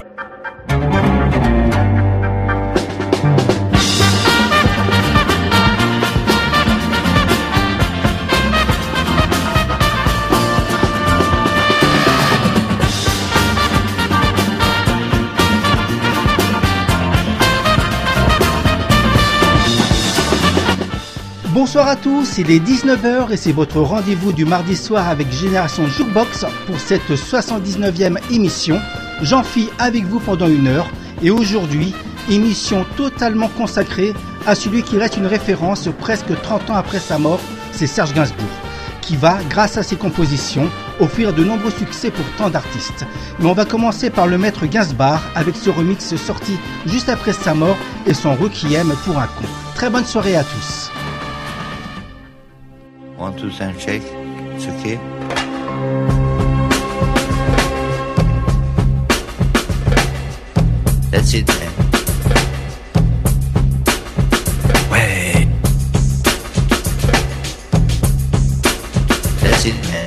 Bonsoir à tous, il est 19h et c'est votre rendez-vous du mardi soir avec Génération Jukebox pour cette 79e émission. J'enfile avec vous pendant une heure et aujourd'hui, émission totalement consacrée à celui qui reste une référence presque 30 ans après sa mort, c'est Serge Gainsbourg, qui va, grâce à ses compositions, offrir de nombreux succès pour tant d'artistes. Mais on va commencer par le maître Gainsbourg avec ce remix sorti juste après sa mort et son requiem pour un con. Très bonne soirée à tous. 1, 2, 3, shake, it's okay. That's it, man. Ouais. That's it, man.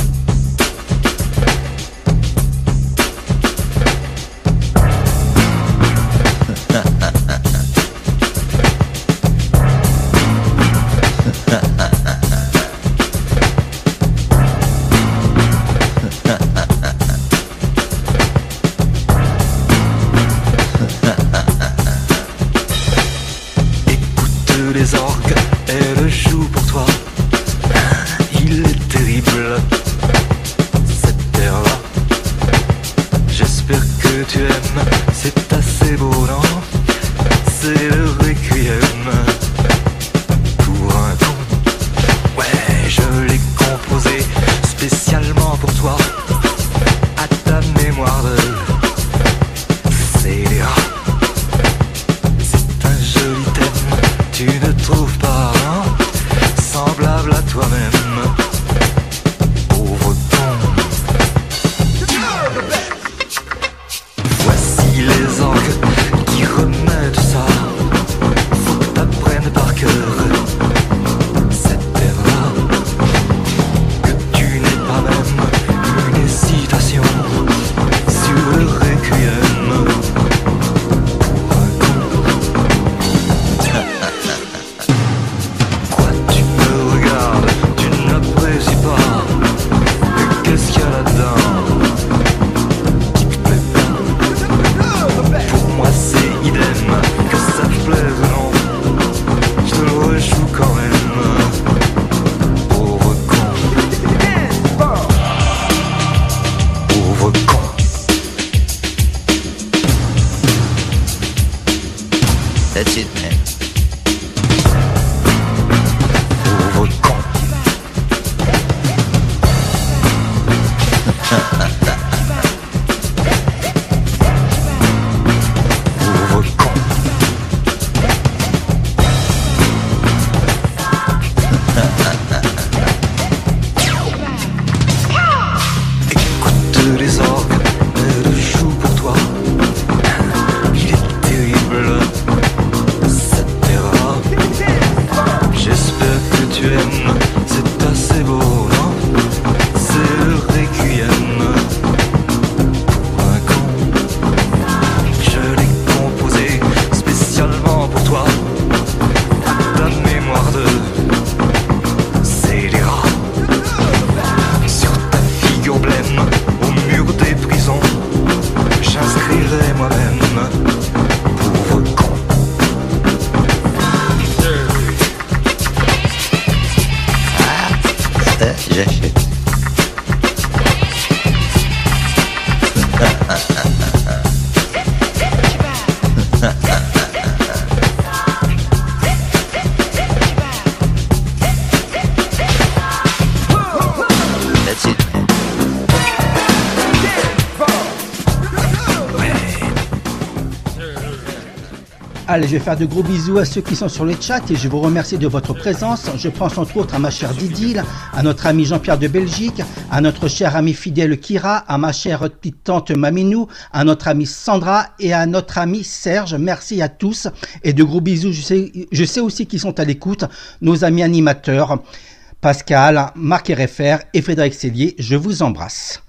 Allez, je vais faire de gros bisous à ceux qui sont sur le chat et je vous remercie de votre présence. Je pense entre autres à ma chère Didil, à notre ami Jean-Pierre de Belgique, à notre cher ami fidèle Kira, à ma chère petite tante Maminou, à notre amie Sandra et à notre ami Serge. Merci à tous et de gros bisous. Je sais aussi qu'ils sont à l'écoute, nos amis animateurs, Pascal, Marc Herrefer et Frédéric Sellier. Je vous embrasse.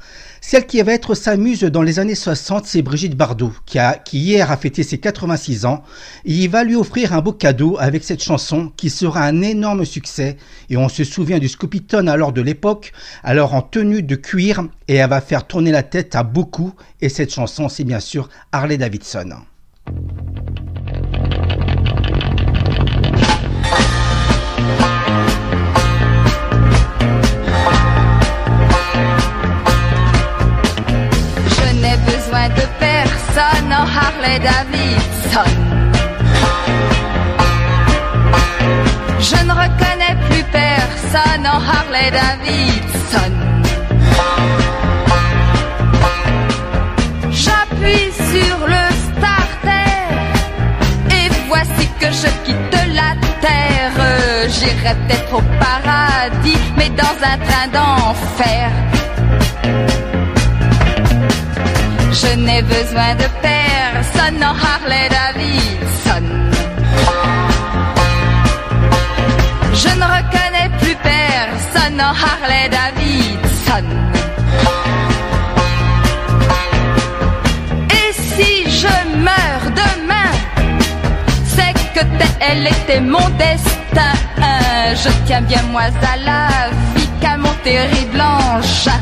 Celle qui va être sa muse dans les années 60, c'est Brigitte Bardot, qui hier a fêté ses 86 ans. Et il va lui offrir un beau cadeau avec cette chanson qui sera un énorme succès. Et on se souvient du Scoopiton alors de l'époque, alors en tenue de cuir. Et elle va faire tourner la tête à beaucoup. Et cette chanson, c'est bien sûr Harley Davidson. Besoin de personne en Harley Davidson. Je ne reconnais plus personne en Harley Davidson. J'appuie sur le starter et voici que je quitte la terre. J'irai peut-être au paradis, mais dans un train d'enfer. Je n'ai besoin de personne en Harley Davidson. Je ne reconnais plus personne en Harley Davidson. Et si je meurs demain, c'est que tel était mon destin. Je tiens bien moins à la vie qu'à mon terrible engin.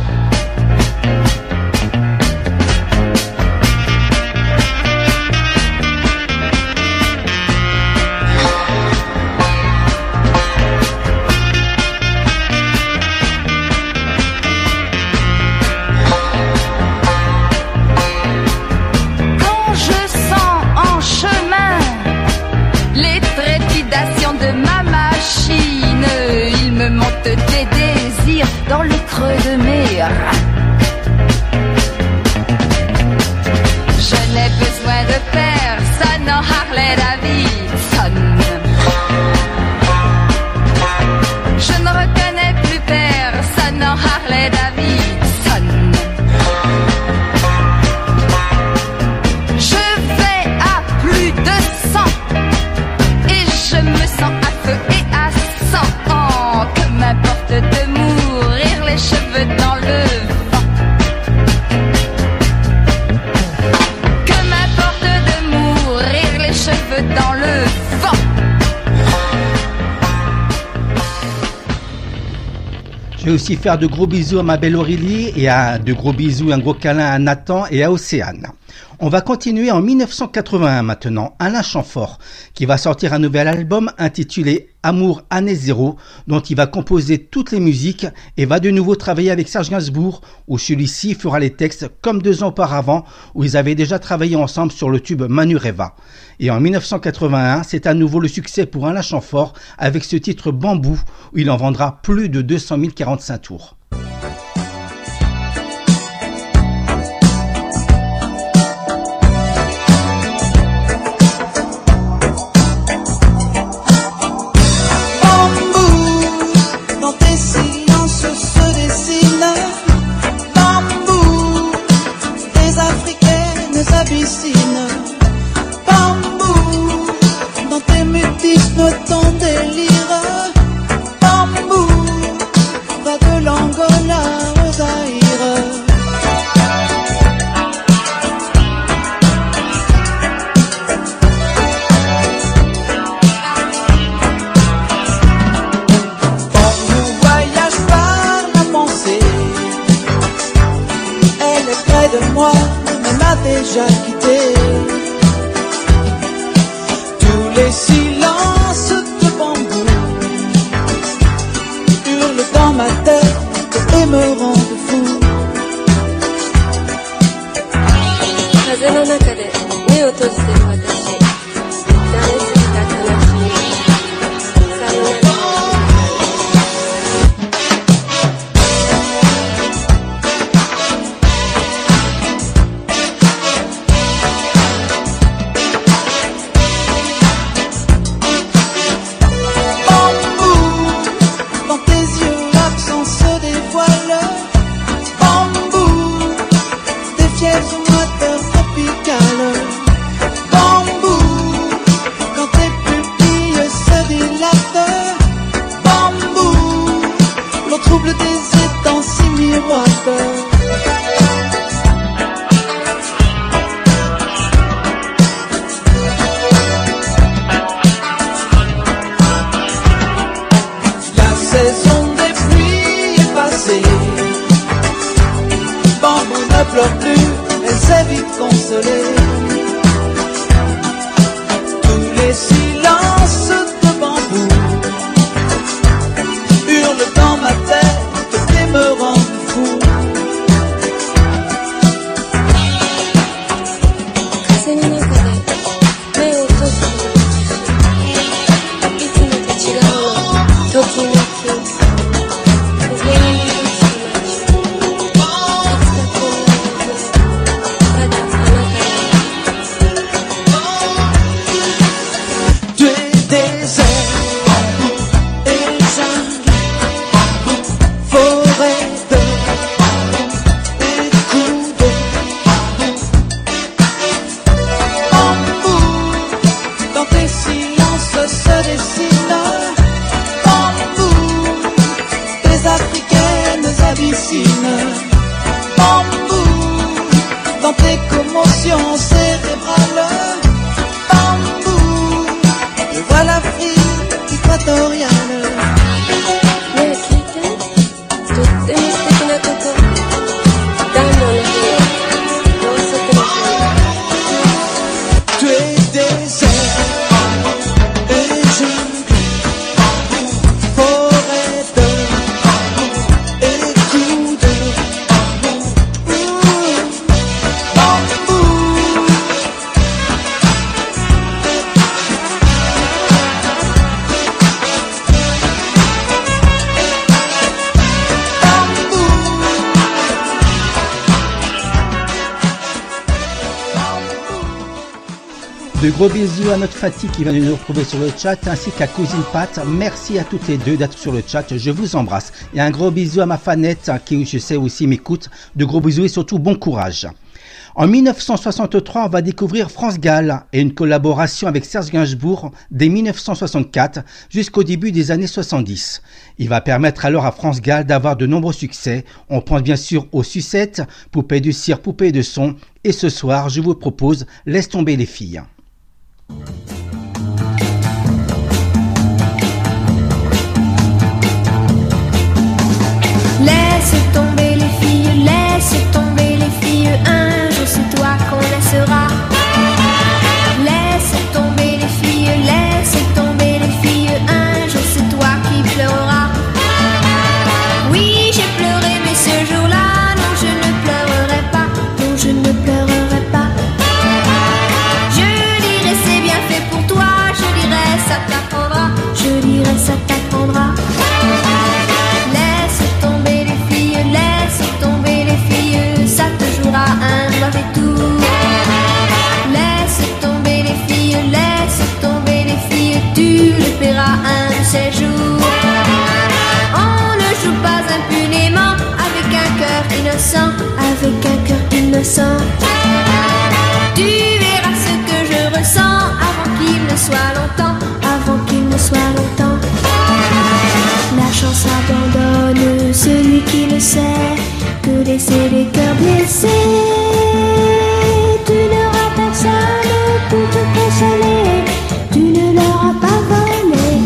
De ma machine, il me monte des désirs dans le creux de mes reins. Je n'ai besoin de personne en Harley Davidson. Je ne reconnais plus personne en Harley Davidson. Je vais à plus de 100 et je me sens à feu et à sang. Que m'importe de mourir les cheveux dans le vent. Que m'importe de mourir les cheveux dans le vent. Je vais aussi faire de gros bisous à ma belle Aurélie et de gros bisous et un gros câlin à Nathan et à Océane. On va continuer en 1981 maintenant, Alain Chamfort, qui va sortir un nouvel album intitulé Amour année zéro, dont il va composer toutes les musiques et va de nouveau travailler avec Serge Gainsbourg, où celui-ci fera les textes comme 2 ans auparavant, où ils avaient déjà travaillé ensemble sur le tube Manureva. Et en 1981, c'est à nouveau le succès pour Alain Chamfort avec ce titre Bambou, où il en vendra plus de 200 045 tours. Bambou, dans tes mutismes, ton délire. Bambou, va de l'Angola au Zaïre. Bambou voyage par la pensée. Elle est près de moi, mais m'a déjà quitté. Tous les silences de bambou hurlent dans ma tête et me rendent fou. 風の中で目を閉じてる私、慣れすぎた悲しみ。さよなら。 Bambou, des fièvres moiteurs tropicales. pleure plus, elle s'est vite consolée. Tous les silences de bambou hurlent dans ma tête et me rendent fou. De gros bisous à notre Fatih qui vient de nous retrouver sur le chat, ainsi qu'à Cousine Pat. Merci à toutes les deux d'être sur le chat, je vous embrasse. Et un gros bisou à ma fanette qui, je sais aussi, m'écoute. De gros bisous et surtout bon courage. En 1963, on va découvrir France Gall et une collaboration avec Serge Gainsbourg dès 1964 jusqu'au début des années 70. Il va permettre alors à France Gall d'avoir de nombreux succès. On pense bien sûr aux sucettes, Poupée de cire, Poupée de son. Et ce soir, je vous propose Laisse tomber les filles. Laisse tomber les filles, laisse tomber les filles, un jour c'est toi qu'on laissera. Laisse tomber les filles, laisse tomber les filles, un jour c'est toi qui pleureras. Oui, j'ai pleuré mais ce jour-là, non je ne pleurerai pas, non je ne pleurerai pas. Je dirai c'est bien fait pour toi, je dirai ça t'apprendra, je dirai ça t'apprendra. Un mauvais tour. Laisse tomber les filles, laisse tomber les filles, tu le paieras un de ces jours. On ne joue pas impunément avec un cœur innocent, avec un cœur innocent. Tu verras ce que je ressens avant qu'il ne soit longtemps, avant qu'il ne soit longtemps. La chance abandonne celui qui le sait, que laisser les cœurs blessés. Tu n'auras personne pour te consoler, tu ne leur as pas volé.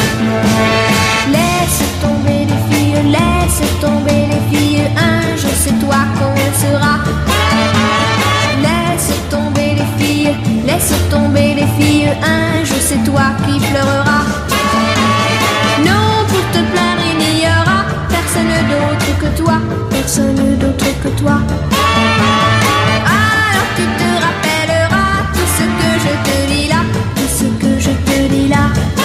Laisse tomber les filles, laisse tomber les filles, un jour c'est toi qu'on sera. Laisse tomber les filles, laisse tomber les filles, un jour c'est toi qui pleureras. Non, pour te plaindre il n'y aura personne d'autre que toi, personne d'autre que toi. Alors tu te rappelleras tout ce que je te dis là, tout ce que je te dis là.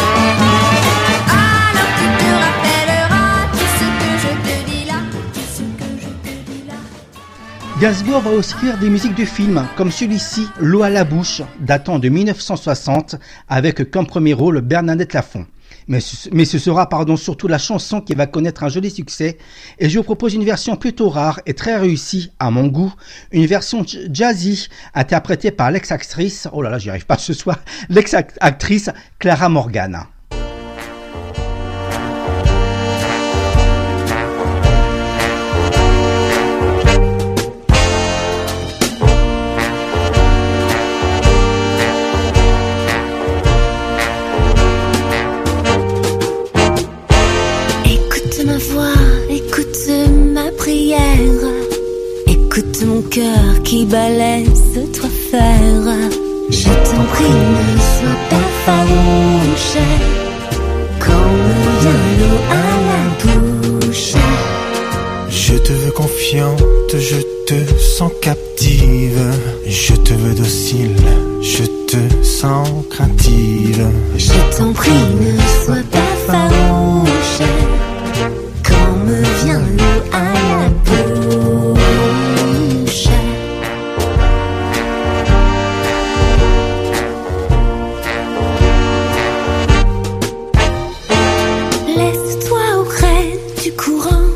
Alors tu te rappelleras tout ce que je te dis là, tout ce que je te dis là. Gainsbourg va aussi faire des musiques de films, comme celui-ci, L'eau à la bouche, datant de 1960, avec comme premier rôle Bernadette Lafont. Mais ce sera surtout la chanson qui va connaître un joli succès, et je vous propose une version plutôt rare et très réussie à mon goût, une version jazzy interprétée par l'ex-actrice, oh là là j'y arrive pas ce soir, l'ex-actrice Clara Morgan. Écoute mon cœur, qui laisse-toi faire. Je t'en prie, ne sois pas farouche quand me vient l'eau à la bouche. Je te veux confiante, je te sens captive. Je te veux docile, je te sens craintive. Je t'en prie, ne sois pas farouche quand me vient l'eau à la bouche. Laisse-toi auprès du courant,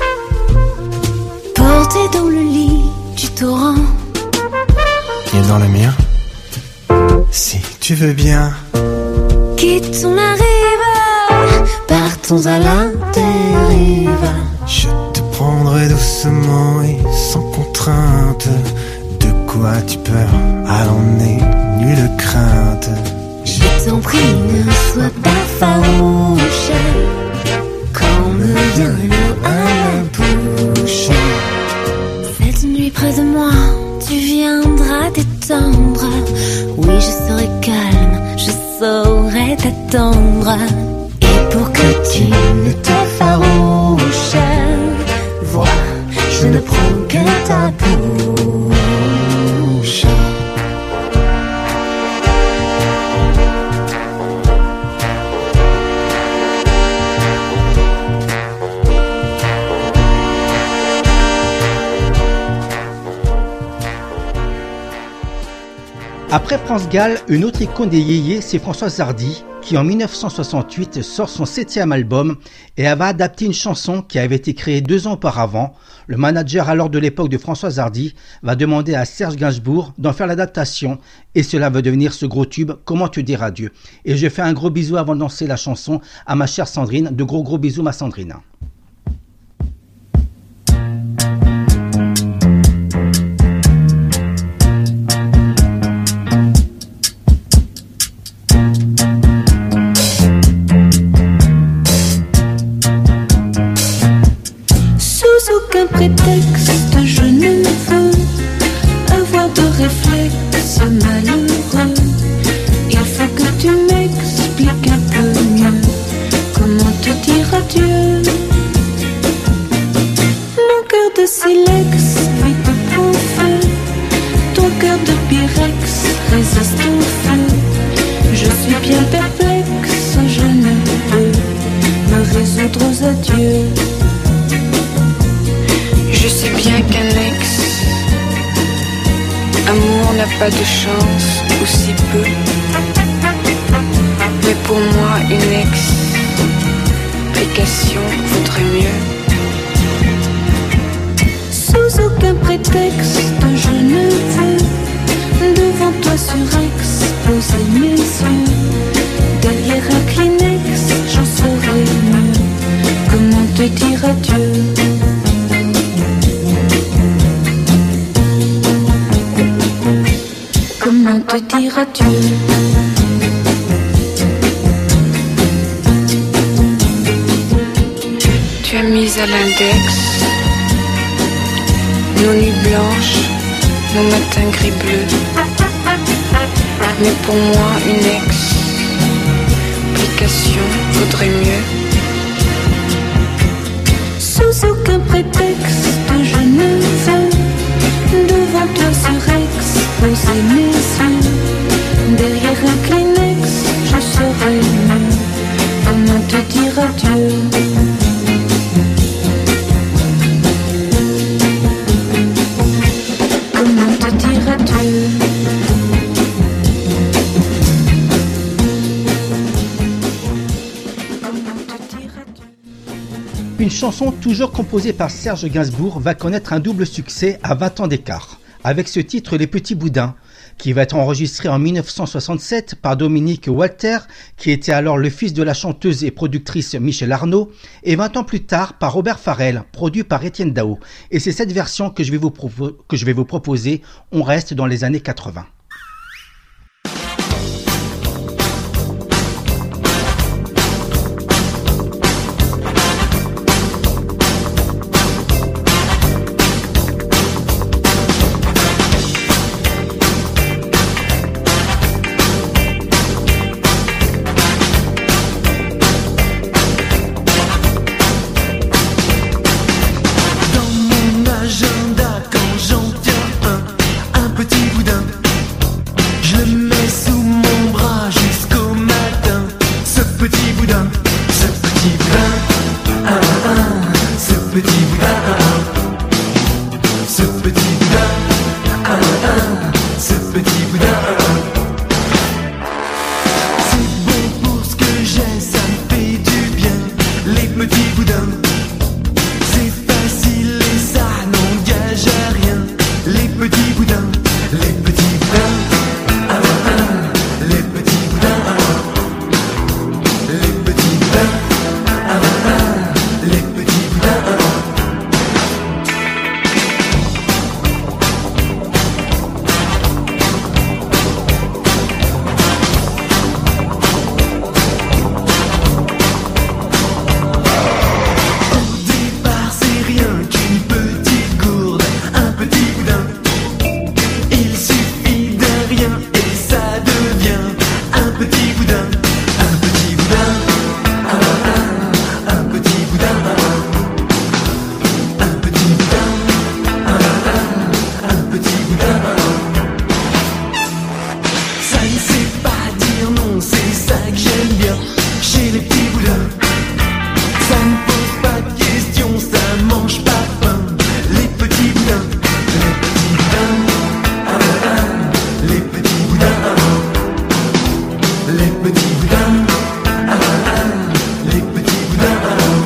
porté dans le lit du torrent. Et dans le mien, si tu veux bien. Quittons la rive, partons à la dérive. Je te prendrai doucement et sans contrainte. De quoi tu peur, allons n'aie nulle crainte. Je t'en prie, ne sois pas farouche quand me vient l'eau à la bouche. Cette nuit près de moi, tu viendras t'étendre. Oui, je serai calme, je saurai t'attendre. Et pour que tu ne t'effarouches, vois, je ne prends que ta bouche. Après France Gall, une autre icône des yéyés, c'est Françoise Hardy, qui en 1968 sort son 7e album et elle va adapter une chanson qui avait été créée 2 ans auparavant. Le manager alors de l'époque de Françoise Hardy va demander à Serge Gainsbourg d'en faire l'adaptation et cela va devenir ce gros tube Comment te dire adieu. Et je fais un gros bisou avant de lancer la chanson à ma chère Sandrine, de gros bisous ma Sandrine. Aucun prétexte, je ne veux avoir de réflexe malheureux. Il faut que tu m'expliques un peu mieux comment te dire adieu. Mon cœur de silex vite prend feu, ton cœur de pyrex résiste au feu. Je suis bien perplexe, je ne peux me résoudre aux adieux. Je sais bien qu'un ex amour n'a pas de chance, ou si peu. Mais pour moi une explication vaudrait mieux. Sous aucun prétexte je ne veux devant toi surex poser mes yeux. Derrière un Kleenex j'en saurai mieux comment te dire adieu. Comment te dire adieu? Tu as mis à l'index nos nuits blanches, nos matins gris-bleus. Mais pour moi une explication vaudrait mieux. Sous aucun prétexte je ne veux devant toi surex poser mes yeux. Derrière un Kleenex je saurai mieux comment te dire adieu. Comment te dire adieu. Une chanson toujours composée par Serge Gainsbourg va connaître un double succès à 20 ans d'écart, avec ce titre Les Petits Boudins, qui va être enregistré en 1967 par Dominique Walter, qui était alors le fils de la chanteuse et productrice Michel Arnaud, et 20 ans plus tard par Robert Farrell, produit par Étienne Dao. Et c'est cette version que je vais vous proposer, on reste dans les années 80. Je le mets sous mon bras jusqu'au matin. Ce petit boudin, ce petit boudin, ce petit boudin, ce petit boudin, ce petit boudin. C'est bon pour ce que j'ai, ça me fait du bien. Les petits boudins, c'est facile et ça n'engage à rien. Les petits boudins, les petits boudins. Les petits boudins, les petits boudins, les petits boudins. Au départ, c'est rien qu'une petite gourde, un petit boudin. Il suffit de rien et ça devient un petit boudin, un petit boudin, un petit boudin, un petit boudin, un petit boudin. Ça ne sait pas dire non, c'est ça que j'aime bien chez les petits boudins. Ça ne pose pas de questions, ça mange pas faim. Les petits boudins, les petits boudins. Les petits boudins, les petits boudins, les petits boudins.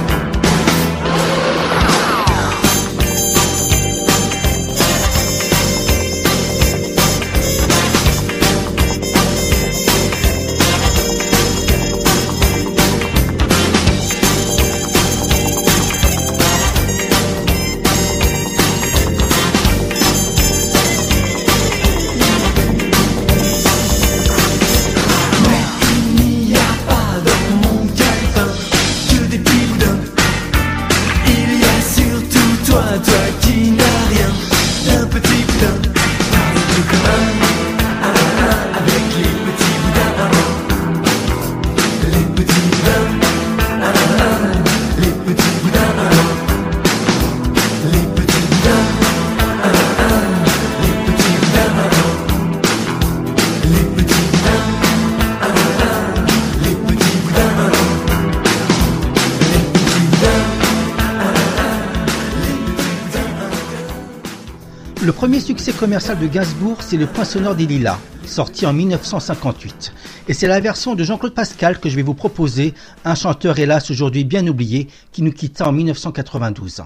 Le premier succès commercial de Gainsbourg, c'est Le Poinçonneur des Lilas, sorti en 1958. Et c'est la version de Jean-Claude Pascal que je vais vous proposer, un chanteur hélas aujourd'hui bien oublié, qui nous quitta en 1992.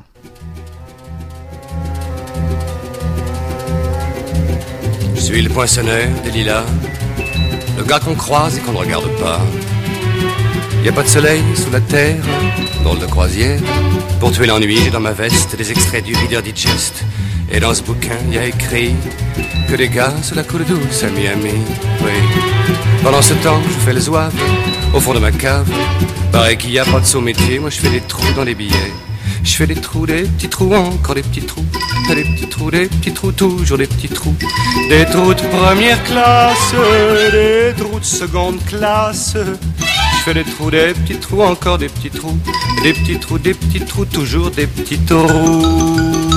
Je suis le poinçonneur des lilas, le gars qu'on croise et qu'on ne regarde pas. Y a pas de soleil sous la terre, drôle de croisière. Pour tuer l'ennui, j'ai dans ma veste des extraits du Reader Digest. Et dans ce bouquin, y a écrit que des gars se la coulent douce à Miami. Oui. Pendant ce temps, je fais le zouave au fond de ma cave. Pareil qu'il y a pas de saut métier, moi je fais des trous dans les billets. Je fais des trous, des petits trous, encore des petits trous. Des petits trous, toujours des petits trous. Des trous de première classe, des trous de seconde classe. Je fais des petits trous, encore des petits trous. Des petits trous, toujours des petits trous.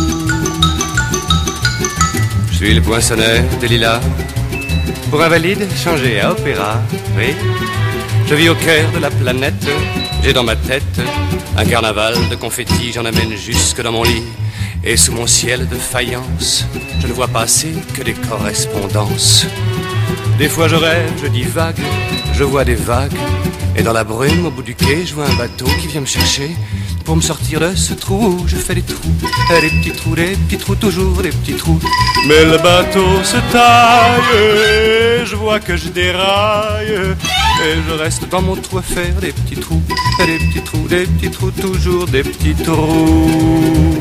Je suis le poinçonneur des lilas, pour invalide changé à opéra, oui. Je vis au cœur de la planète, j'ai dans ma tête un carnaval de confettis, j'en amène jusque dans mon lit. Et sous mon ciel de faïence, je ne vois passer que des correspondances. Des fois je rêve, je divague, je vois des vagues. Et dans la brume, au bout du quai, je vois un bateau qui vient me chercher. Pour me sortir de ce trou, je fais des trous, des petits trous, toujours des petits trous. Mais le bateau se taille, et je vois que je déraille. Et je reste dans mon trou à faire des petits trous, des petits trous, toujours des petits trous.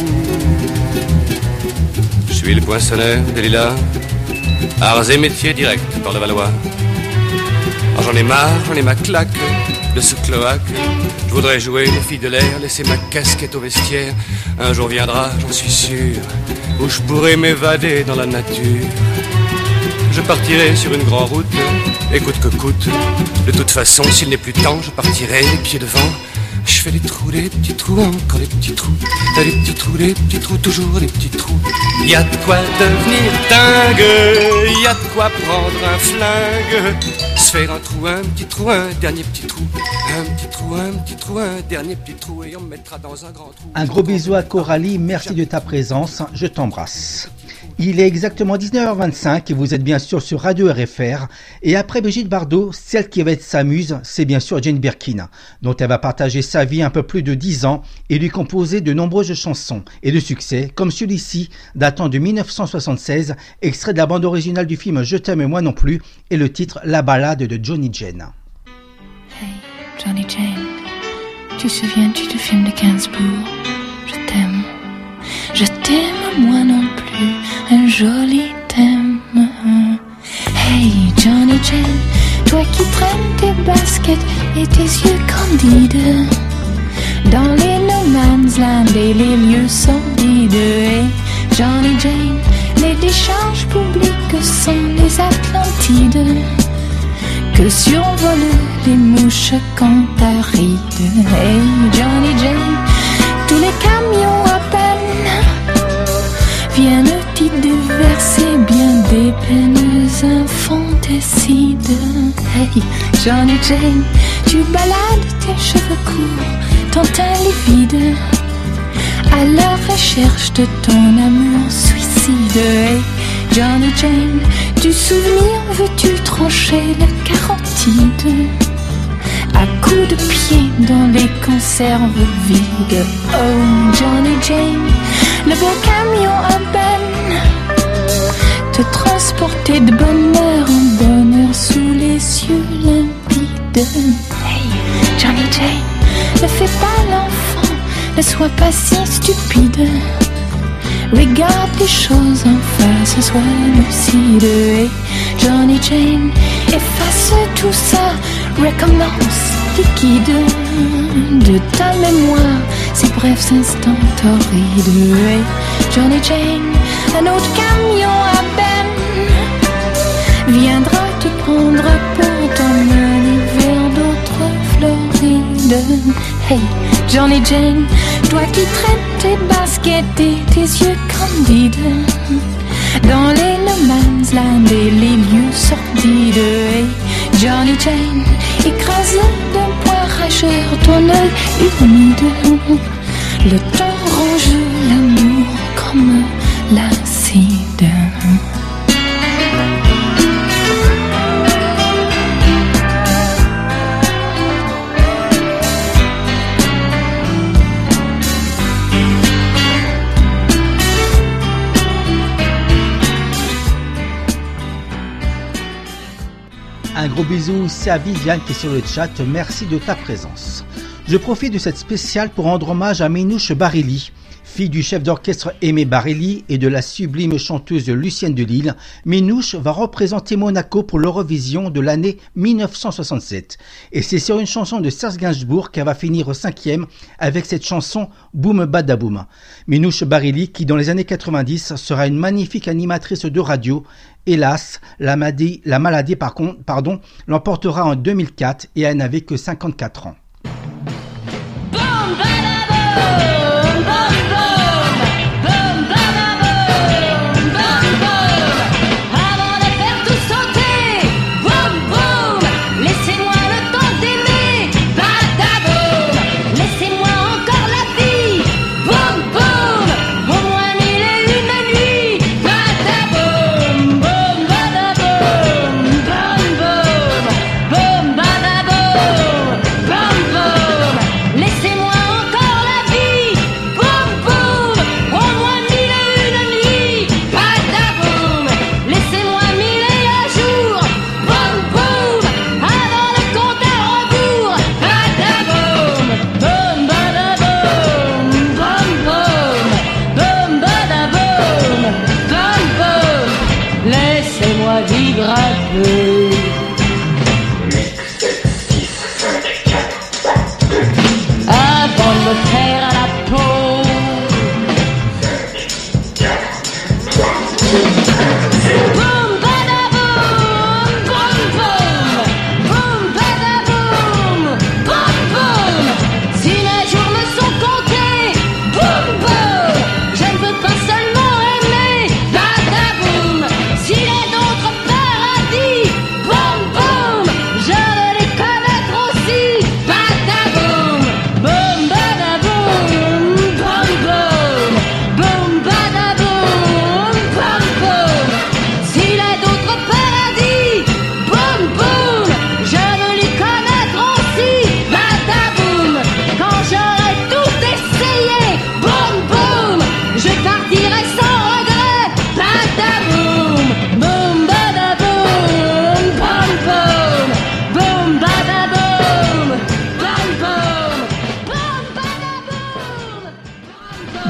Je suis le poinçonneur des lilas, arts et métiers directs par le Valois. Alors j'en ai marre, j'en ai ma claque de ce cloaque. Je voudrais jouer les filles de l'air, laisser ma casquette au vestiaire. Un jour viendra, j'en suis sûr, où je pourrai m'évader dans la nature. Je partirai sur une grande route, et coûte que coûte. De toute façon, s'il n'est plus temps, je partirai les pieds devant. Je fais des petits trous, encore des petits trous, toujours des petits trous. Y a de quoi devenir dingue, y a de quoi prendre un flingue. Se faire un trou, un dernier petit trou, un dernier petit trou, et on me mettra dans un grand trou. Un gros bisou à Coralie, merci de ta présence, je t'embrasse. Il est exactement 19h25 et vous êtes bien sûr sur Radio RFR. Et après Brigitte Bardot, celle qui va être sa muse, c'est bien sûr Jane Birkin, dont elle va partager sa vie un peu plus de 10 ans et lui composer de nombreuses chansons et de succès, comme celui-ci, datant de 1976, extrait de la bande originale du film Je t'aime et moi non plus, et le titre La Ballade de Johnny Jane. Hey, Johnny Jane, tu souviens-tu du film de Gainsbourg? Je t'aime, moi non plus, un joli thème. Hey Johnny Jane, toi qui traînes tes baskets et tes yeux candides dans les no man's land et les lieux sordides. Hey Johnny Jane, les décharges publiques sont les Atlantides que survolent les mouches cantarides. Hey Johnny Jane, tous les camions à peine viennent-ils déverser bien des peines infanticides. Hey Johnny Jane, tu balades tes cheveux courts, ton teint livide, à la recherche de ton amour suicide. Hey Johnny Jane, du souvenir veux-tu trancher la carotide à coups de pied dans les conserves vides. Oh Johnny Jane, le beau camion à peine te transporter de bonheur en bonheur sous les cieux limpides. Hey Johnny Jane, ne fais pas l'enfant, ne sois pas si stupide, regarde les choses en face, sois lucide. Hey Johnny Jane, efface tout ça, recommence liquide de ta mémoire ces brefs instants torrides. Hey Johnny Jane, un autre camion à peine viendra te prendre pour t'emmener vers d'autres Florides. Hey Johnny Jane, toi qui traites tes baskets et tes yeux candides dans les no man's land et les lieux sordides. Hey Johnny Jane, écrasé d'un poing rageur ton œil humide, le temps ronge l'amour comme l'acide. Un gros bisou, c'est à Viviane qui est sur le chat, merci de ta présence. Je profite de cette spéciale pour rendre hommage à Minouche Barély. Fille du chef d'orchestre Aimé Barély et de la sublime chanteuse Lucienne Delille, Minouche va représenter Monaco pour l'Eurovision de l'année 1967. Et c'est sur une chanson de Serge Gainsbourg qu'elle va finir 5e avec cette chanson Boum Badaboum. Minouche Barély qui dans les années 90 sera une magnifique animatrice de radio. Hélas, la maladie l'emportera en 2004 et elle n'avait que 54 ans. Boom,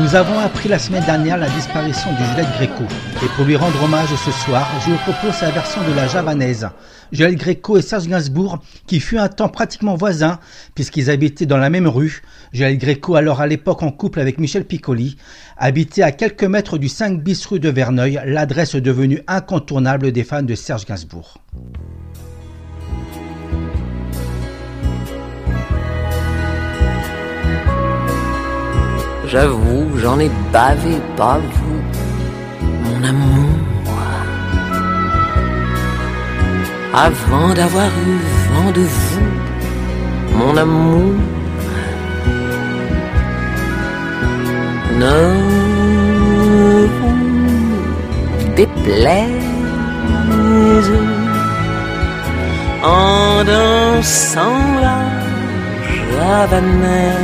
Nous avons appris la semaine dernière la disparition du Juliette Gréco. Et pour lui rendre hommage ce soir, je vous propose la version de la javanaise. Juliette Gréco et Serge Gainsbourg, qui fut un temps pratiquement voisins, puisqu'ils habitaient dans la même rue. Juliette Gréco, alors à l'époque en couple avec Michel Piccoli, habitait à quelques mètres du 5 bis rue de Verneuil, l'adresse devenue incontournable des fans de Serge Gainsbourg. J'avoue, j'en ai bavé, pas vous, mon amour. Avant d'avoir eu vent de vous, mon amour. Ne vous déplaise en dansant la javanaise.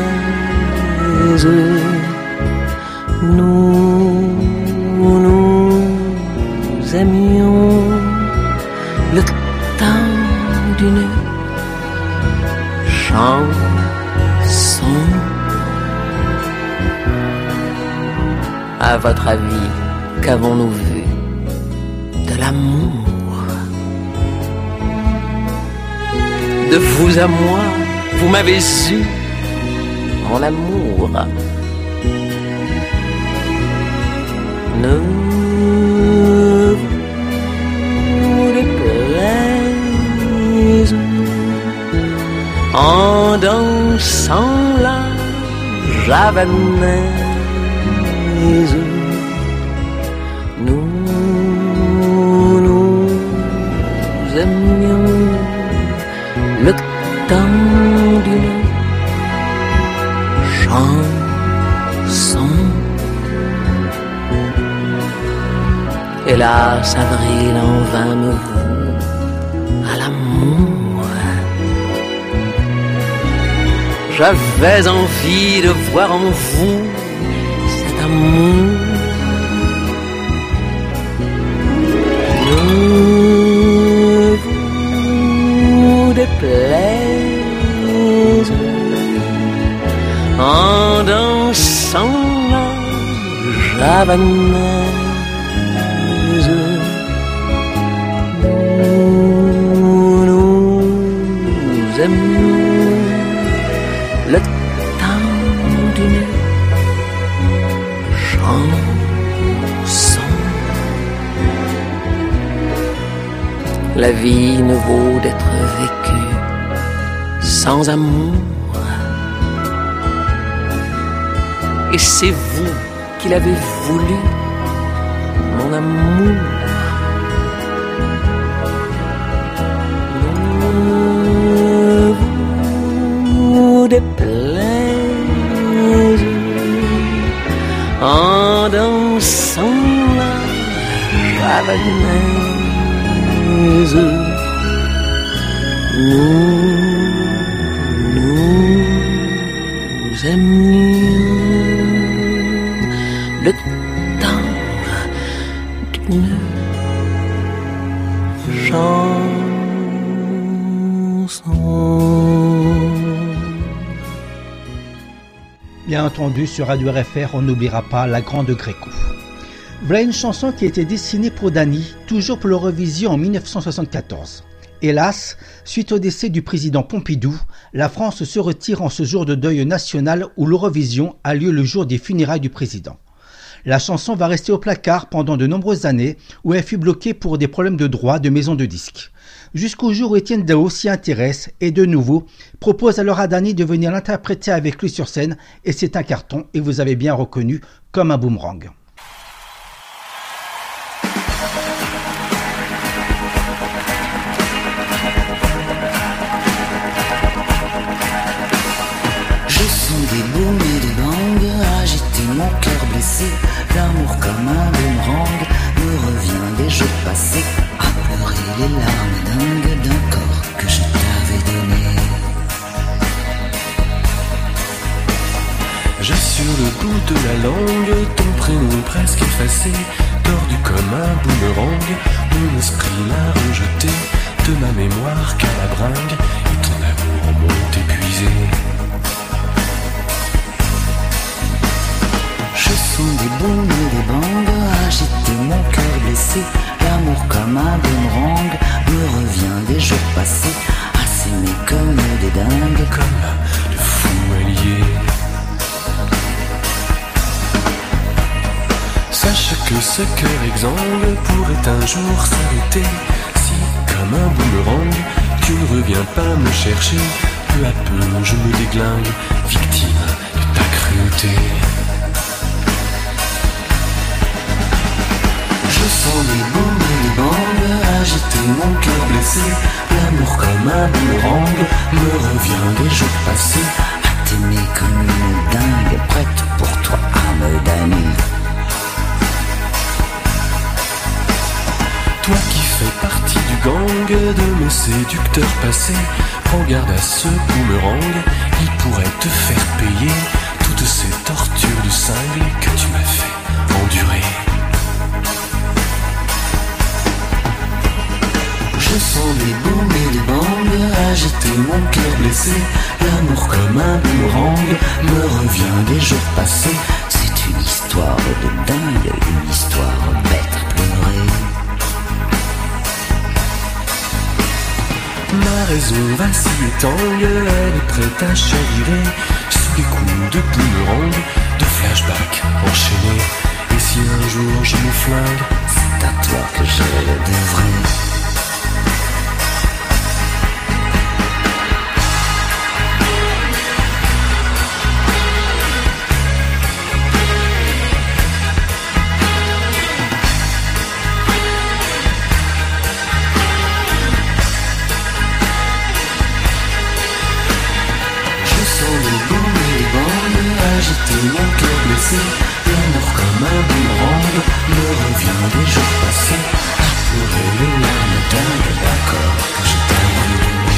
Nous aimions le temps d'une chanson. À votre avis, qu'avons-nous vu de l'amour? De vous à moi, vous m'avez eu, mon amour. Ne vous déplaise en dansant la javanaise. Nous aimions le temps d'une chanson. Hélas, avril en vain me voue à l'amour. J'avais envie de voir en vous cet amour. Ne vous déplaise en dansant la javanaise. Nous aimions le temps d'une chanson. La vie ne vaut d'être vécue sans amour. Et c'est vous qui l'avez voulu, mon amour. Ne vous déplaise en dansant la javanaise. Nous aimions le temps d'une chanson. Bien entendu, sur Radio RFR, on n'oubliera pas la grande Gréco. Voilà une chanson qui a été dessinée pour Dany, toujours pour l'Eurovision en 1974. Hélas, suite au décès du président Pompidou, la France se retire en ce jour de deuil national où l'Eurovision a lieu le jour des funérailles du président. La chanson va rester au placard pendant de nombreuses années où elle fut bloquée pour des problèmes de droit de maison de disques. Jusqu'au jour où Étienne Dao s'y intéresse et de nouveau propose alors à Dany de venir l'interpréter avec lui sur scène et c'est un carton et vous avez bien reconnu comme un boomerang. Des baumes et des langues, agiter mon cœur blessé. L'amour comme un boomerang me revient des jours passés, à pleurer les larmes dingues d'un corps que je t'avais donné. J'ai sur le bout de la langue ton prénom presque effacé, tordu comme un boomerang. Mon esprit l'a rejeté de ma mémoire qu'à la bringue, et ton amour m'ont épuisé. Je ce cœur exsangue pourrait un jour s'arrêter si, comme un boomerang, tu ne reviens pas me chercher. Peu à peu je me déglingue, victime de ta cruauté. Je sens les booms et les bangs agiter mon cœur blessé. L'amour comme un boomerang me revient des jours passés. À t'aimer comme une dingue, prête pour toi à me damner. Toi qui fais partie du gang de mes séducteurs passés, prends garde à ce boomerang, il pourrait te faire payer toutes ces tortures de cingle que tu m'as fait endurer. Je sens les booms et les bangs agiter mon cœur blessé. L'amour comme un boomerang me revient des jours passés. C'est une histoire de dingue, une histoire bête à pleurer. Ma raison vacille et tangue, elle est prête à chavirer sous les coups de boomerang, de flashback enchaînés. Et si un jour je me flingue, c'est à toi que je le devrais. Mon cœur blessé, l'amour comme un boomerang me revient des jours passés. À pleurer les larmes dingues, d'accord que je t'aime.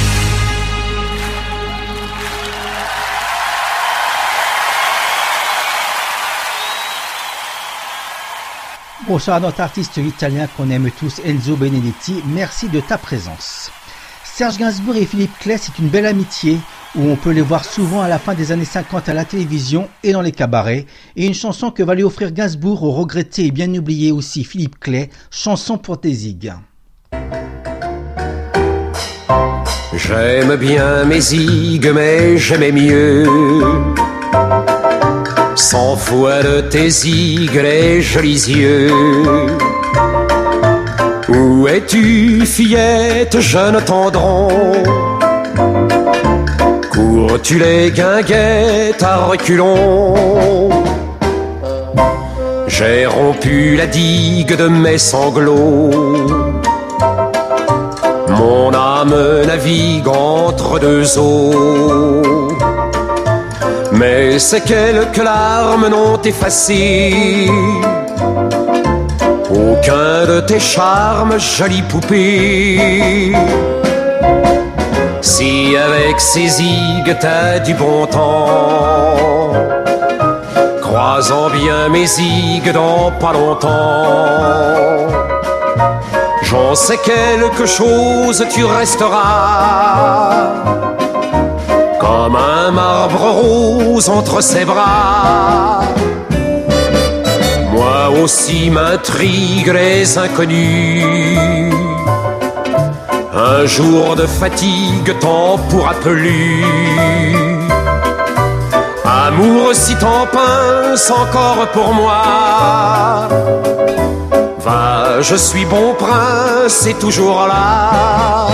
Bonsoir à notre artiste italien qu'on aime tous, Enzo Benedetti, merci de ta présence. Serge Gainsbourg et Philippe Clay, c'est une belle amitié où on peut les voir souvent à la fin des années 50 à la télévision et dans les cabarets, et une chanson que va lui offrir Gainsbourg au regretté et bien oublié aussi Philippe Clay, Chanson pour tes zigues. J'aime bien mes zigues, mais j'aimais mieux 100 fois de tes zigues, les jolis yeux. Où es-tu, fillette, jeune tendron? Cours-tu les guinguettes à reculons? J'ai rompu la digue de mes sanglots. Mon âme navigue entre deux eaux. Mais ces quelques larmes n'ont effacé aucun de tes charmes, jolie poupée. Si avec ces zigues t'as du bon temps, croisant bien mes zigues dans pas longtemps, j'en sais quelque chose, tu resteras comme un marbre rose entre ses bras. Moi aussi m'intriguent les inconnus. Un jour de fatigue t'en pourra plus. Amour, si t'en pince encore pour moi, va, je suis bon prince et toujours là.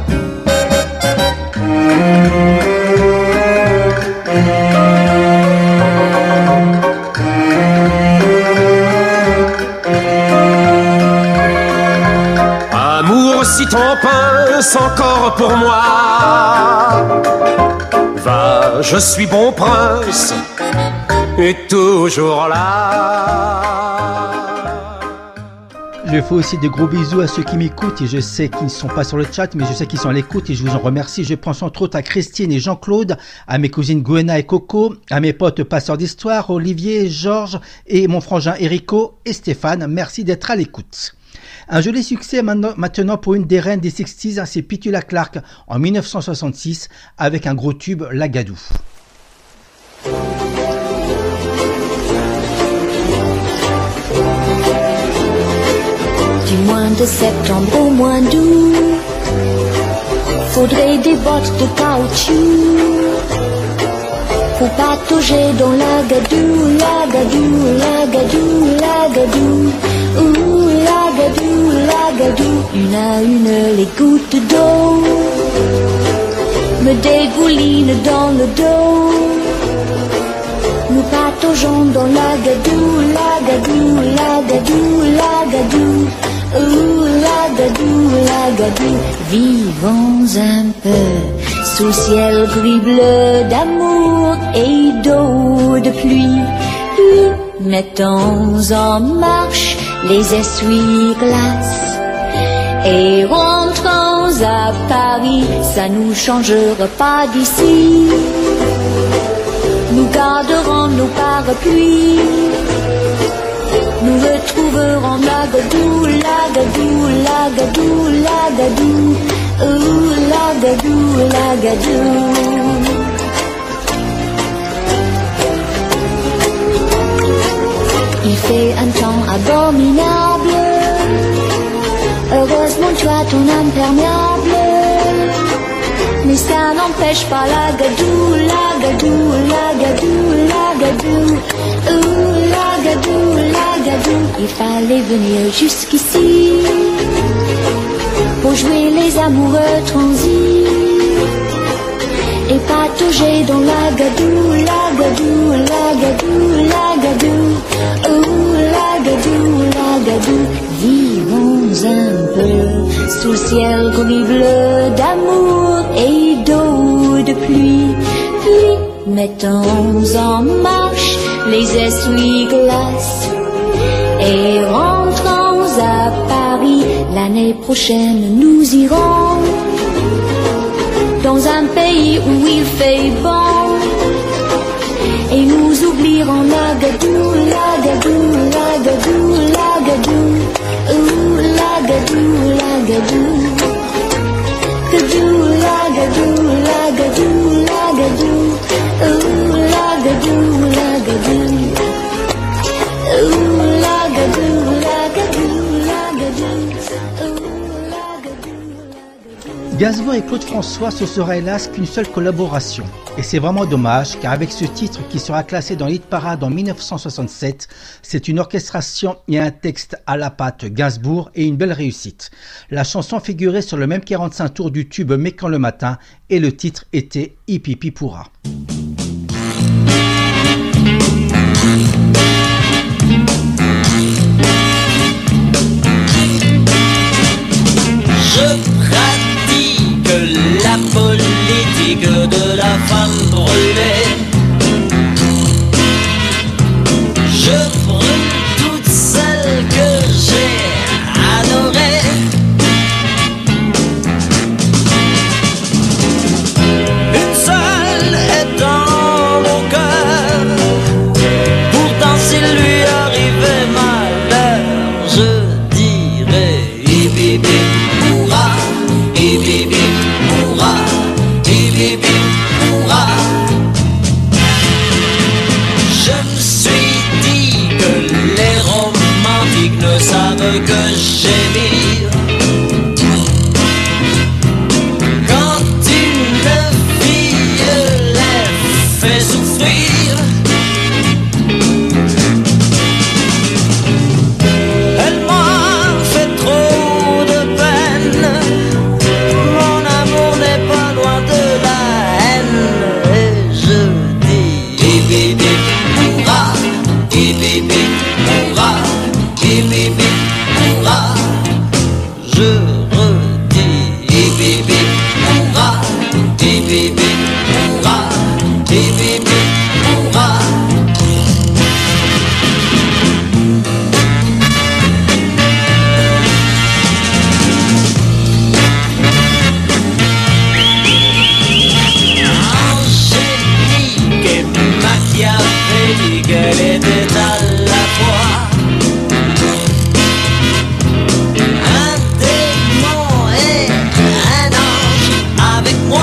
Si t'en pince encore pour moi, va, je suis bon prince et toujours là. Je fais aussi de gros bisous à ceux qui m'écoutent et je sais qu'ils ne sont pas sur le chat, mais je sais qu'ils sont à l'écoute et je vous en remercie. Je pense entre autres à Christine et Jean-Claude, à mes cousines Gwenna et Coco, à mes potes passeurs d'histoire, Olivier, Georges et mon frangin Erico et Stéphane. Merci d'être à l'écoute. Un joli succès maintenant pour une des reines des 60s, c'est Petula Clark en 1966 avec un gros tube, La Gadoue. Du mois de septembre au mois d'août, faudrait des bottes de caoutchouc pour patauger dans la gadoue, la gadoue, la gadoue, la gadoue. Ouh, lagadou, une à une les gouttes d'eau me dégoulinent dans le dos. Nous pataugeons dans l'agadou, lagadou. Ouh, lagadou, vivons un peu sous ciel gris-bleu d'amour et d'eau de pluie. Puis mettons en marche les essuie-glaces et rentrons à Paris, ça nous changera pas d'ici. Nous garderons nos parapluies, nous retrouverons l'agadou, ouh, lagadou. Il fait un temps abominable, heureusement tu as ton imperméable. Mais ça n'empêche pas l'agadou, ouh, lagadou. Il fallait venir jusqu'ici pour jouer les amoureux transis et patauger dans l'agadou, ouh, lagadou. Vivons un peu sous le ciel gris-bleu d'amour et d'eau de pluie. Puis mettons en marche les essuie-glaces et rentrons à Paris. L'année prochaine nous irons dans un pays où il fait bon et nous oublierons l'agadou, ouh, lagadou. Gadou, lagadou, ouh, lagadou. Gainsbourg et Claude François, ce sera hélas qu'une seule collaboration. Et c'est vraiment dommage, car avec ce titre qui sera classé dans l'hit parade en 1967, c'est une orchestration et un texte à la patte Gainsbourg et une belle réussite. La chanson figurait sur le même 45 tours du tube Mécan le matin et le titre était Hippie Poura. La politique de la femme brûlée. Je brûle toutes celles que j'ai adorées. Une seule est dans mon cœur. Pourtant s'il lui arrivait malheur, je dirais hippie poura, hippie poura, hippie poura. Je me suis dit que les romantiques ne savent que gémir quand une fille les fait souffrir. Elle m'a fait trop de peine. Mon amour n'est pas loin de la haine. Et je dis hippie poura, hippie poura, hippie poura. Je redis hippie poura, hippie poura, hippie poura. Angélique et machiavélique, elle était à la fois un démon et un ange avec moi.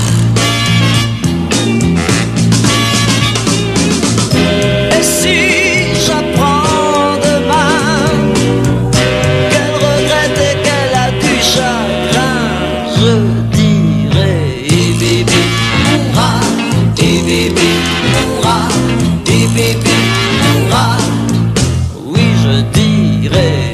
Et si j'apprends demain qu'elle regrette et qu'elle a du chagrin, je dirai hippie poura, hippie poura, hippie poura. Oui, je dirai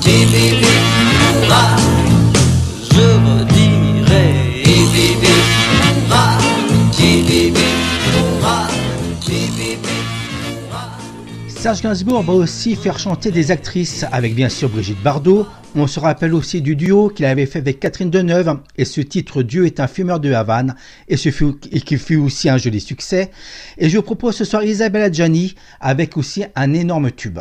hip hip hip hurrah. Je redirai hip hip hip hurrah, hip hip hip hurrah, hip hip hip hurrah. Serge Gainsbourg va aussi faire chanter des actrices avec bien sûr Brigitte Bardot. On se rappelle aussi du duo qu'il avait fait avec Catherine Deneuve et ce titre Dieu est un fumeur de Havane et qui fut aussi un joli succès. Et je vous propose ce soir Isabelle Adjani avec aussi un énorme tube.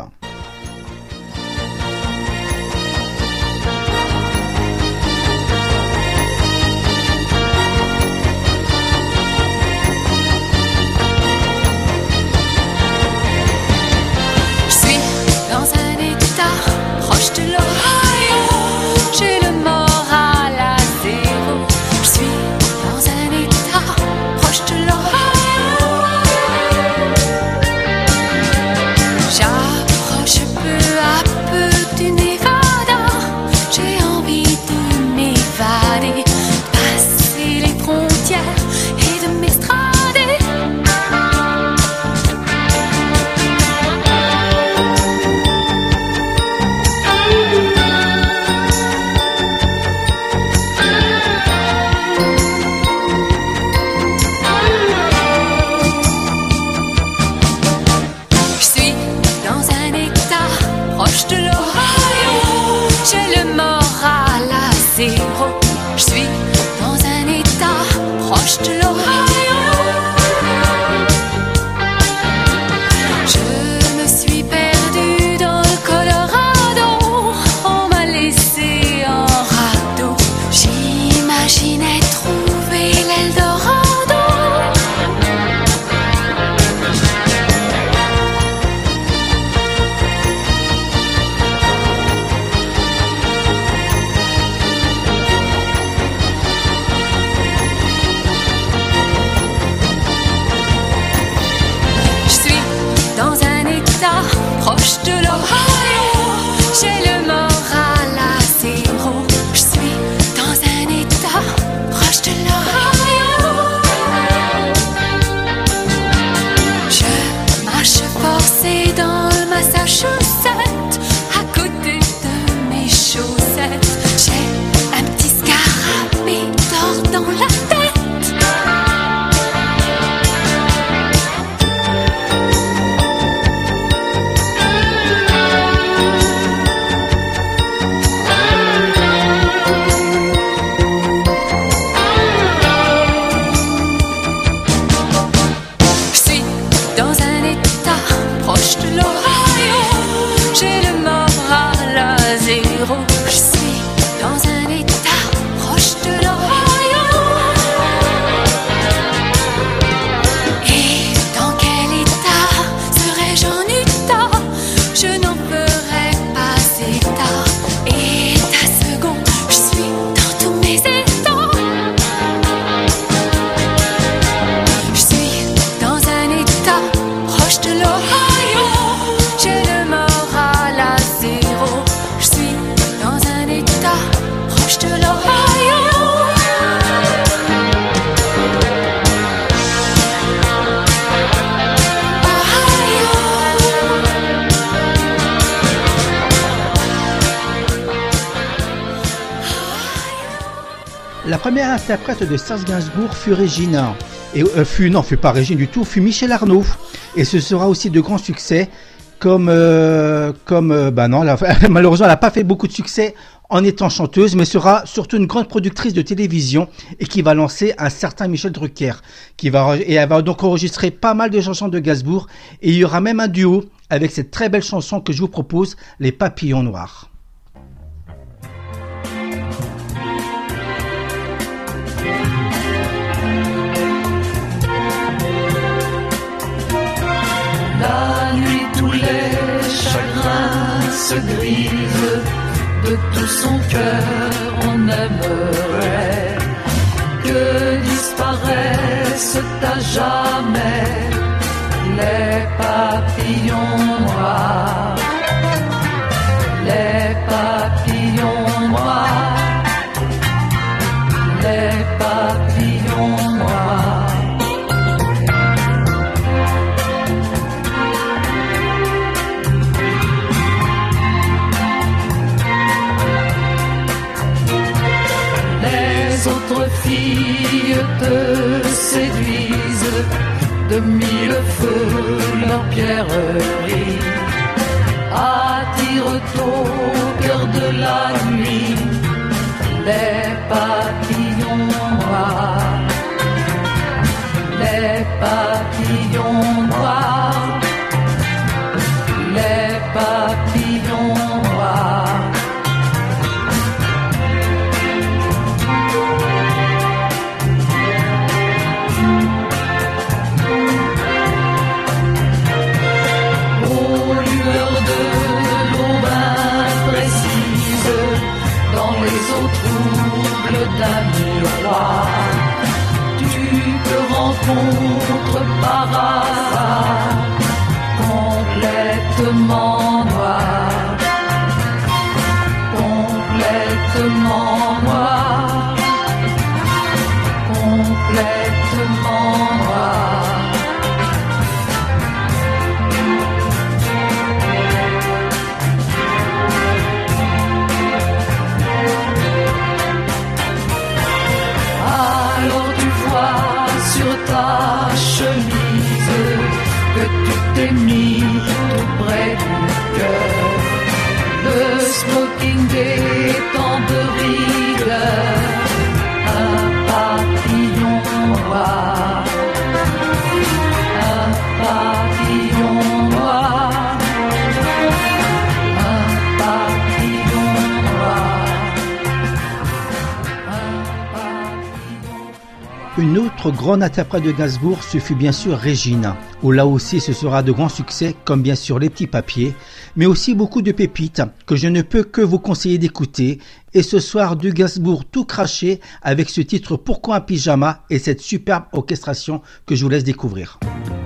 La première interprète de Serge Gainsbourg fut Régine. Et fut pas Régine du tout, fut Michel Arnaud. Et ce sera aussi de grands succès malheureusement elle n'a pas fait beaucoup de succès en étant chanteuse, mais sera surtout une grande productrice de télévision et qui va lancer un certain Michel Drucker. Elle va donc enregistrer pas mal de chansons de Gainsbourg et il y aura même un duo avec cette très belle chanson que je vous propose, Les Papillons Noirs. La nuit, tous les chagrins se grisent, de tout son cœur on aimerait que disparaissent à jamais les papillons noirs, les papillons noirs, les papillons noirs. autres filles te séduisent, de mille feux leurs pierreries attirent au cœur de la nuit les papillons noirs, les papillons noirs, les papillons noirs. Aux lueurs de l'aube imprécise, dans les eaux troubles d'un miroir, tu te rencontres par hasard, complètement noir, complètement noir, complètement noir. Alors tu vois sur ta chemise que tu t'es mis tout près du cœur, le smoking des temps de rigueur, un papillon noir, un papillon noir, un papillon noir. Une autre grande interprète de Gainsbourg, ce fut bien sûr Régine, où là aussi ce sera de grands succès comme bien sûr Les Petits Papiers, mais aussi beaucoup de pépites que je ne peux que vous conseiller d'écouter. Et ce soir du Gainsbourg tout craché avec ce titre Pourquoi un pyjama et cette superbe orchestration que je vous laisse découvrir.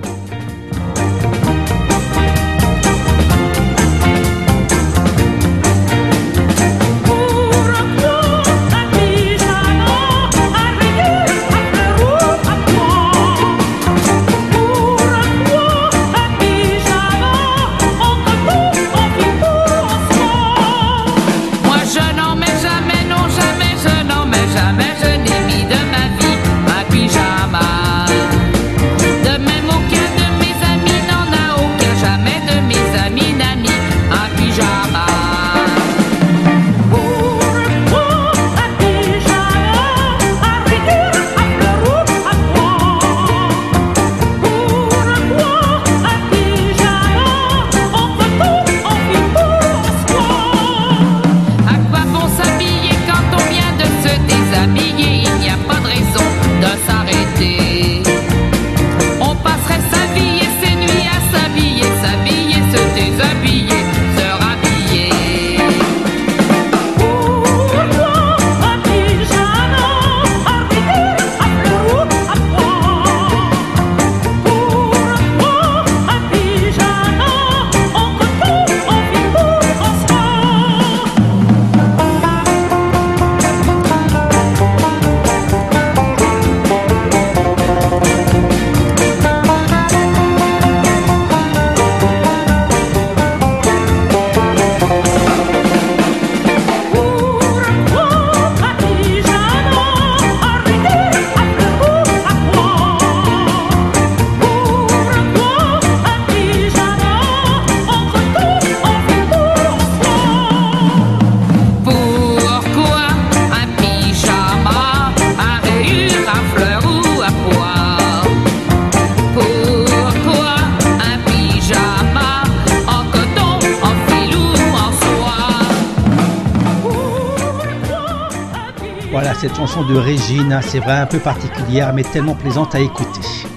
Cette chanson de Régine, c'est vrai un peu particulière mais tellement plaisante à écouter.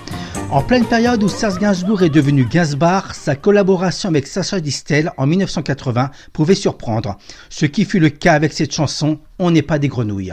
En pleine période où Serge Gainsbourg est devenu Gainsbar, sa collaboration avec Sacha Distel en 1980 pouvait surprendre. Ce qui fut le cas avec cette chanson, On n'est pas des grenouilles.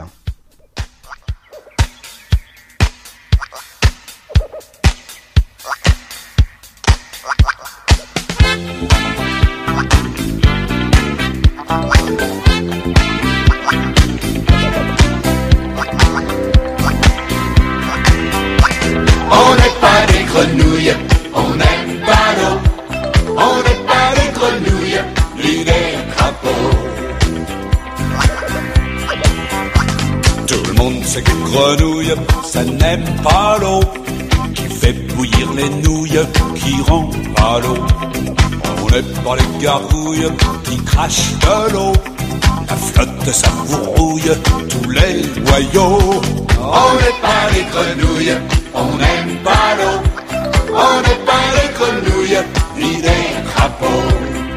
On n'aime pas l'eau, on n'est pas des grenouilles, ni des crapauds. monde sait que grenouille, ça n'aime pas l'eau, qui fait bouillir les nouilles, qui rend à l'eau. On n'est pas les gargouilles qui crachent de l'eau, la flotte ça vous rouille tous les noyaux. On n'est pas les grenouilles, on n'aime pas l'eau, on n'est pas les grenouilles ni les crapauds.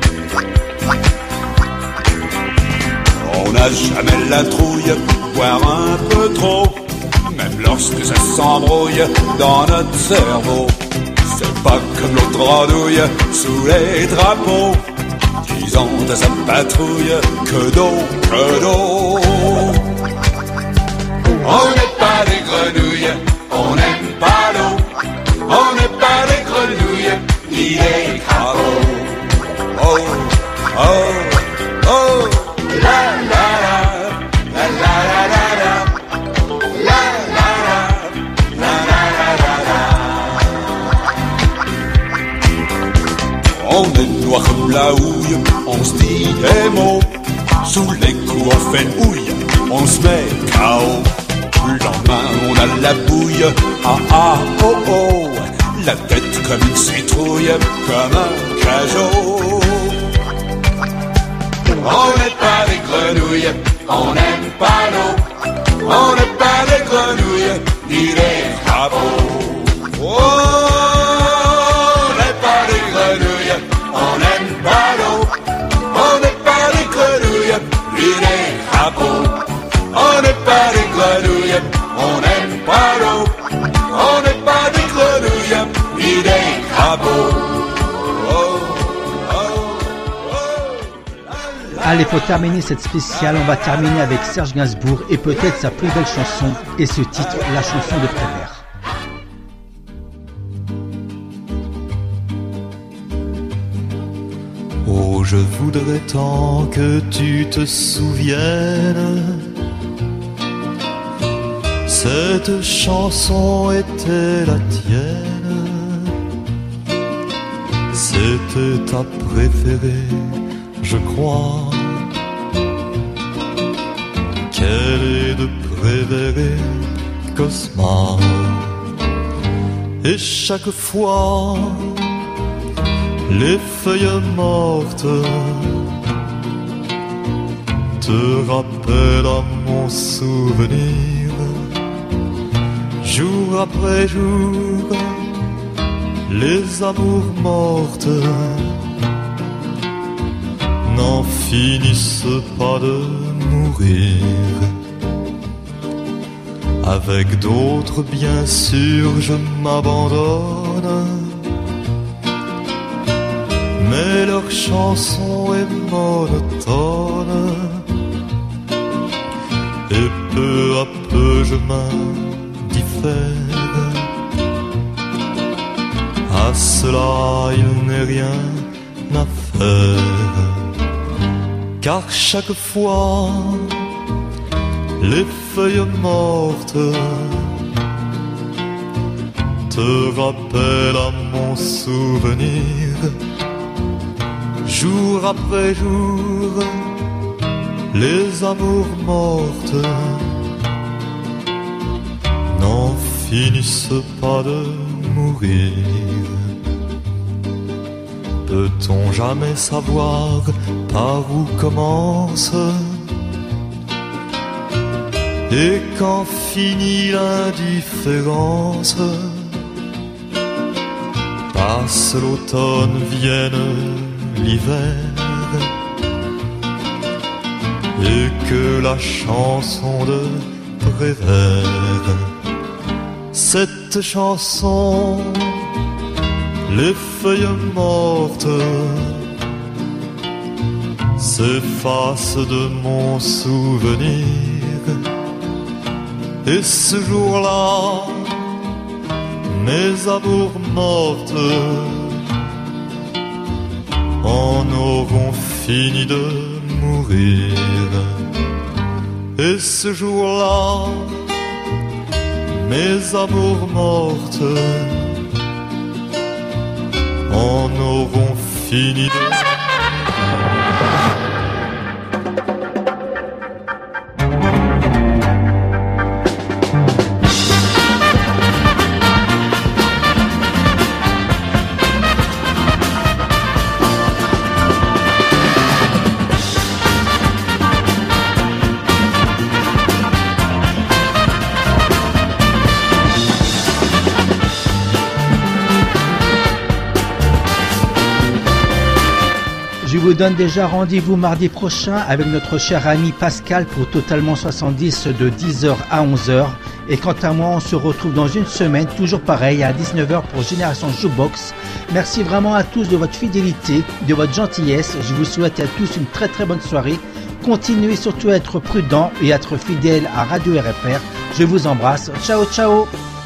On n'a jamais la trouille, boire un peu trop, même lorsque ça s'embrouille dans notre cerveau. C'est pas comme l'autre andouille sous les drapeaux, disant à sa patrouille que d'eau, que d'eau. On n'est pas des grenouilles, on n'aime pas l'eau, on n'est pas des grenouilles ni des crapauds. Oh, oh, oh, la la la, la la la la la, la la la, la la la la. On est noir comme la houille, on se dit des mots, sous les coups on fait une houille, on se met KO. Le lendemain on a la bouille, ah ah oh oh, la tête comme une citrouille, comme un cajot. On n'est pas des grenouilles, on n'aime pas l'eau, on n'est pas des grenouilles, ni des crapauds. Oh, on n'est pas des grenouilles, on n'aime pas l'eau, on n'est pas des grenouilles, ni des crapauds. On n'est pas des grenouilles, on n'aime pas l'eau, on n'est pas des grenouilles, ni des crapauds. Allez, pour terminer cette spéciale, on va terminer avec Serge Gainsbourg et peut-être sa plus belle chanson, et ce titre, la chanson de Prévert. Oh, je voudrais tant que tu te souviennes, cette chanson était la tienne, c'était ta préférée, je crois. Qu'elle est de Prévert et Cosma. Et chaque fois, les feuilles mortes te rappellent à mon souvenir. Jour après jour, les amours mortes n'en finissent pas de mourir. Avec d'autres, bien sûr, je m'abandonne, mais leur chanson est monotone, et peu à peu je m'indiffère. À cela, il n'est rien à faire, car chaque fois, les feuilles mortes te rappellent à mon souvenir. Jour après jour, les amours mortes n'en finissent pas de mourir. Peut-on jamais savoir par où commence et quand finit l'indifférence? Passe l'automne, vienne l'hiver, et que la chanson de Prévert, cette chanson, les feuilles mortes s'effacent de mon souvenir. Et ce jour-là, mes amours mortes en auront fini de mourir. Et ce jour-là, mes amours mortes en auront fini de vous donne déjà rendez-vous mardi prochain avec notre cher ami Pascal pour Totalement 70 de 10h à 11h. Et quant à moi, on se retrouve dans une semaine, toujours pareil, à 19h pour Génération Jukebox. Merci vraiment à tous de votre fidélité, de votre gentillesse. Je vous souhaite à tous une très très bonne soirée. Continuez surtout à être prudents et à être fidèles à Radio RFR. Je vous embrasse. Ciao, ciao.